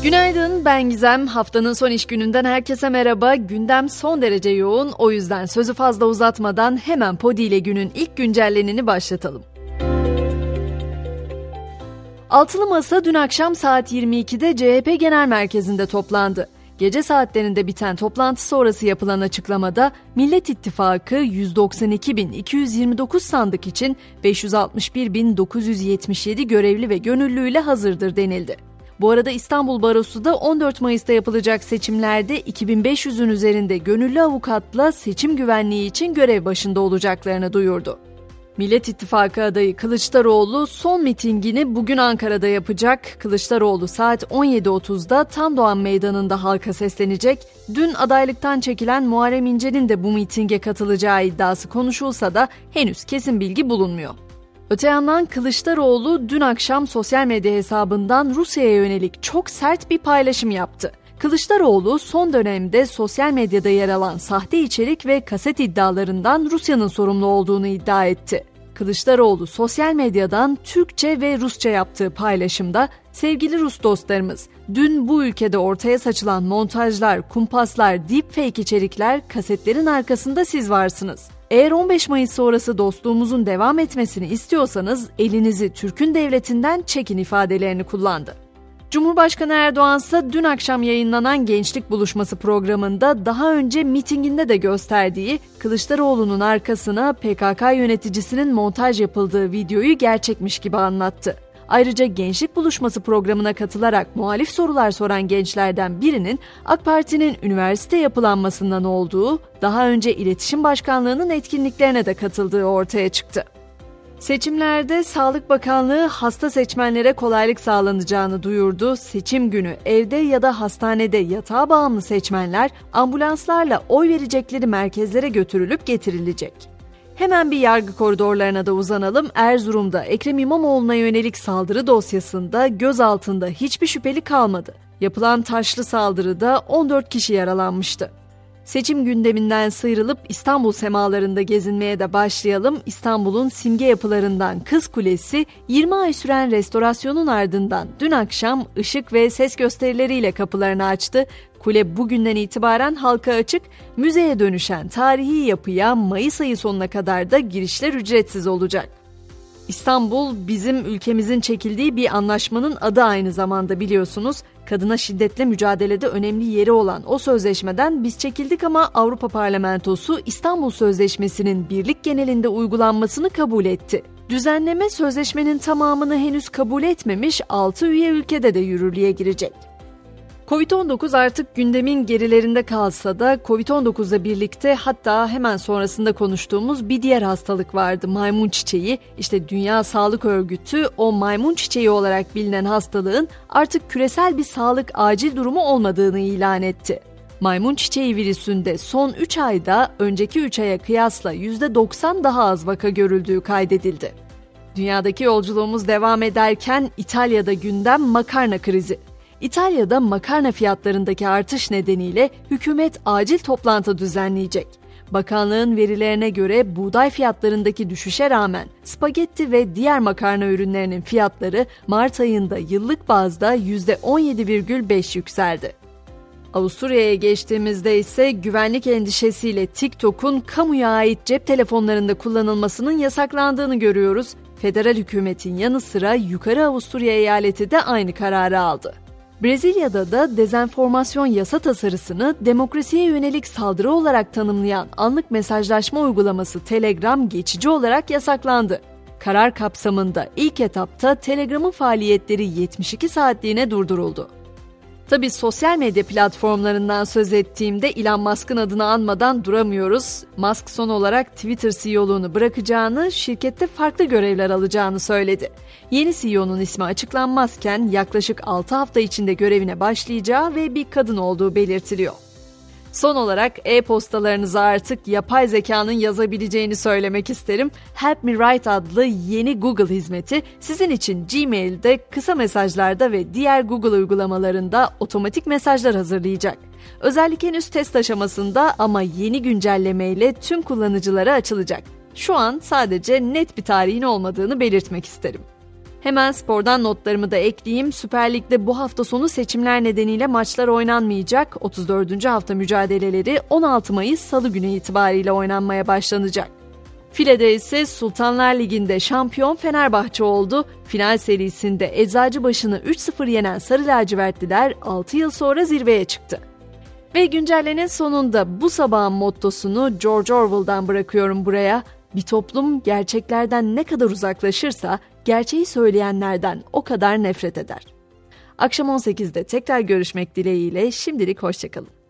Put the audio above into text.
Günaydın, ben Gizem. Haftanın son iş gününden herkese merhaba. Gündem son derece yoğun, o yüzden sözü fazla uzatmadan hemen Podi ile günün ilk güncelleneni başlatalım. Altılı Masa dün akşam saat 22'de CHP Genel Merkezi'nde toplandı. Gece saatlerinde biten toplantı sonrası yapılan açıklamada Millet İttifakı 192.229 sandık için 561.977 görevli ve gönüllüyle hazırdır denildi. Bu arada İstanbul Barosu da 14 Mayıs'ta yapılacak seçimlerde 2500'ün üzerinde gönüllü avukatla seçim güvenliği için görev başında olacaklarını duyurdu. Millet İttifakı adayı Kılıçdaroğlu son mitingini bugün Ankara'da yapacak. Kılıçdaroğlu saat 17.30'da Tandoğan Meydanı'nda halka seslenecek. Dün adaylıktan çekilen Muharrem İnce'nin de bu mitinge katılacağı iddiası konuşulsa da henüz kesin bilgi bulunmuyor. Öte yandan Kılıçdaroğlu dün akşam sosyal medya hesabından Rusya'ya yönelik çok sert bir paylaşım yaptı. Kılıçdaroğlu son dönemde sosyal medyada yer alan sahte içerik ve kaset iddialarından Rusya'nın sorumlu olduğunu iddia etti. Kılıçdaroğlu sosyal medyadan Türkçe ve Rusça yaptığı paylaşımda "Sevgili Rus dostlarımız, dün bu ülkede ortaya saçılan montajlar, kumpaslar, deepfake içerikler, kasetlerin arkasında siz varsınız. Eğer 15 Mayıs sonrası dostluğumuzun devam etmesini istiyorsanız elinizi Türk'ün devletinden çekin" ifadelerini kullandı. Cumhurbaşkanı Erdoğan ise dün akşam yayınlanan Gençlik Buluşması programında daha önce mitinginde de gösterdiği Kılıçdaroğlu'nun arkasına PKK yöneticisinin montaj yapıldığı videoyu gerçekmiş gibi anlattı. Ayrıca Gençlik Buluşması programına katılarak muhalif sorular soran gençlerden birinin AK Parti'nin üniversite yapılanmasından olduğu, daha önce İletişim Başkanlığı'nın etkinliklerine de katıldığı ortaya çıktı. Seçimlerde Sağlık Bakanlığı hasta seçmenlere kolaylık sağlanacağını duyurdu. Seçim günü evde ya da hastanede yatağa bağımlı seçmenler ambulanslarla oy verecekleri merkezlere götürülüp getirilecek. Hemen bir yargı koridorlarına da uzanalım. Erzurum'da Ekrem İmamoğlu'na yönelik saldırı dosyasında gözaltında hiçbir şüpheli kalmadı. Yapılan taşlı saldırıda 14 kişi yaralanmıştı. Seçim gündeminden sıyrılıp İstanbul semalarında gezinmeye de başlayalım. İstanbul'un simge yapılarından Kız Kulesi 20 ay süren restorasyonun ardından dün akşam ışık ve ses gösterileriyle kapılarını açtı. Kule bugünden itibaren halka açık, müzeye dönüşen tarihi yapıya Mayıs ayı sonuna kadar da girişler ücretsiz olacak. İstanbul bizim ülkemizin çekildiği bir anlaşmanın adı aynı zamanda biliyorsunuz. Kadına şiddetle mücadelede önemli yeri olan o sözleşmeden biz çekildik ama Avrupa Parlamentosu İstanbul Sözleşmesi'nin birlik genelinde uygulanmasını kabul etti. Düzenleme sözleşmenin tamamını henüz kabul etmemiş 6 üye ülkede de yürürlüğe girecek. Covid-19 artık gündemin gerilerinde kalsa da Covid-19'la birlikte hatta hemen sonrasında konuştuğumuz bir diğer hastalık vardı, maymun çiçeği. İşte Dünya Sağlık Örgütü o maymun çiçeği olarak bilinen hastalığın artık küresel bir sağlık acil durumu olmadığını ilan etti. Maymun çiçeği virüsünde son 3 ayda önceki 3 aya kıyasla %90 daha az vaka görüldüğü kaydedildi. Dünyadaki yolculuğumuz devam ederken İtalya'da gündem makarna krizi. İtalya'da makarna fiyatlarındaki artış nedeniyle hükümet acil toplantı düzenleyecek. Bakanlığın verilerine göre buğday fiyatlarındaki düşüşe rağmen spagetti ve diğer makarna ürünlerinin fiyatları Mart ayında yıllık bazda %17,5 yükseldi. Avusturya'ya geçtiğimizde ise güvenlik endişesiyle TikTok'un kamuya ait cep telefonlarında kullanılmasının yasaklandığını görüyoruz. Federal hükümetin yanı sıra Yukarı Avusturya eyaleti de aynı kararı aldı. Brezilya'da da dezenformasyon yasa tasarısını demokrasiye yönelik saldırı olarak tanımlayan anlık mesajlaşma uygulaması Telegram geçici olarak yasaklandı. Karar kapsamında ilk etapta Telegram'ın faaliyetleri 72 saatliğine durduruldu. Tabii sosyal medya platformlarından söz ettiğimde Elon Musk'ın adını anmadan duramıyoruz. Musk son olarak Twitter CEO'luğunu bırakacağını, şirkette farklı görevler alacağını söyledi. Yeni CEO'nun ismi açıklanmazken yaklaşık 6 hafta içinde görevine başlayacağı ve bir kadın olduğu belirtiliyor. Son olarak e-postalarınıza artık yapay zekanın yazabileceğini söylemek isterim. Help Me Write adlı yeni Google hizmeti sizin için Gmail'de, kısa mesajlarda ve diğer Google uygulamalarında otomatik mesajlar hazırlayacak. Özellik henüz test aşamasında ama yeni güncellemeyle tüm kullanıcılara açılacak. Şu an sadece net bir tarihin olmadığını belirtmek isterim. Hemen spordan notlarımı da ekleyeyim. Süper Lig'de bu hafta sonu seçimler nedeniyle maçlar oynanmayacak. 34. hafta mücadeleleri 16 Mayıs Salı günü itibariyle oynanmaya başlanacak. File'de ise Sultanlar Ligi'nde şampiyon Fenerbahçe oldu. Final serisinde Eczacıbaşı'nı 3-0 yenen Sarı Lacivertliler 6 yıl sonra zirveye çıktı. Ve güncellenin sonunda bu sabahın mottosunu George Orwell'dan bırakıyorum buraya. Bir toplum gerçeklerden ne kadar uzaklaşırsa gerçeği söyleyenlerden o kadar nefret eder. Akşam 18'de tekrar görüşmek dileğiyle şimdilik hoşça kalın.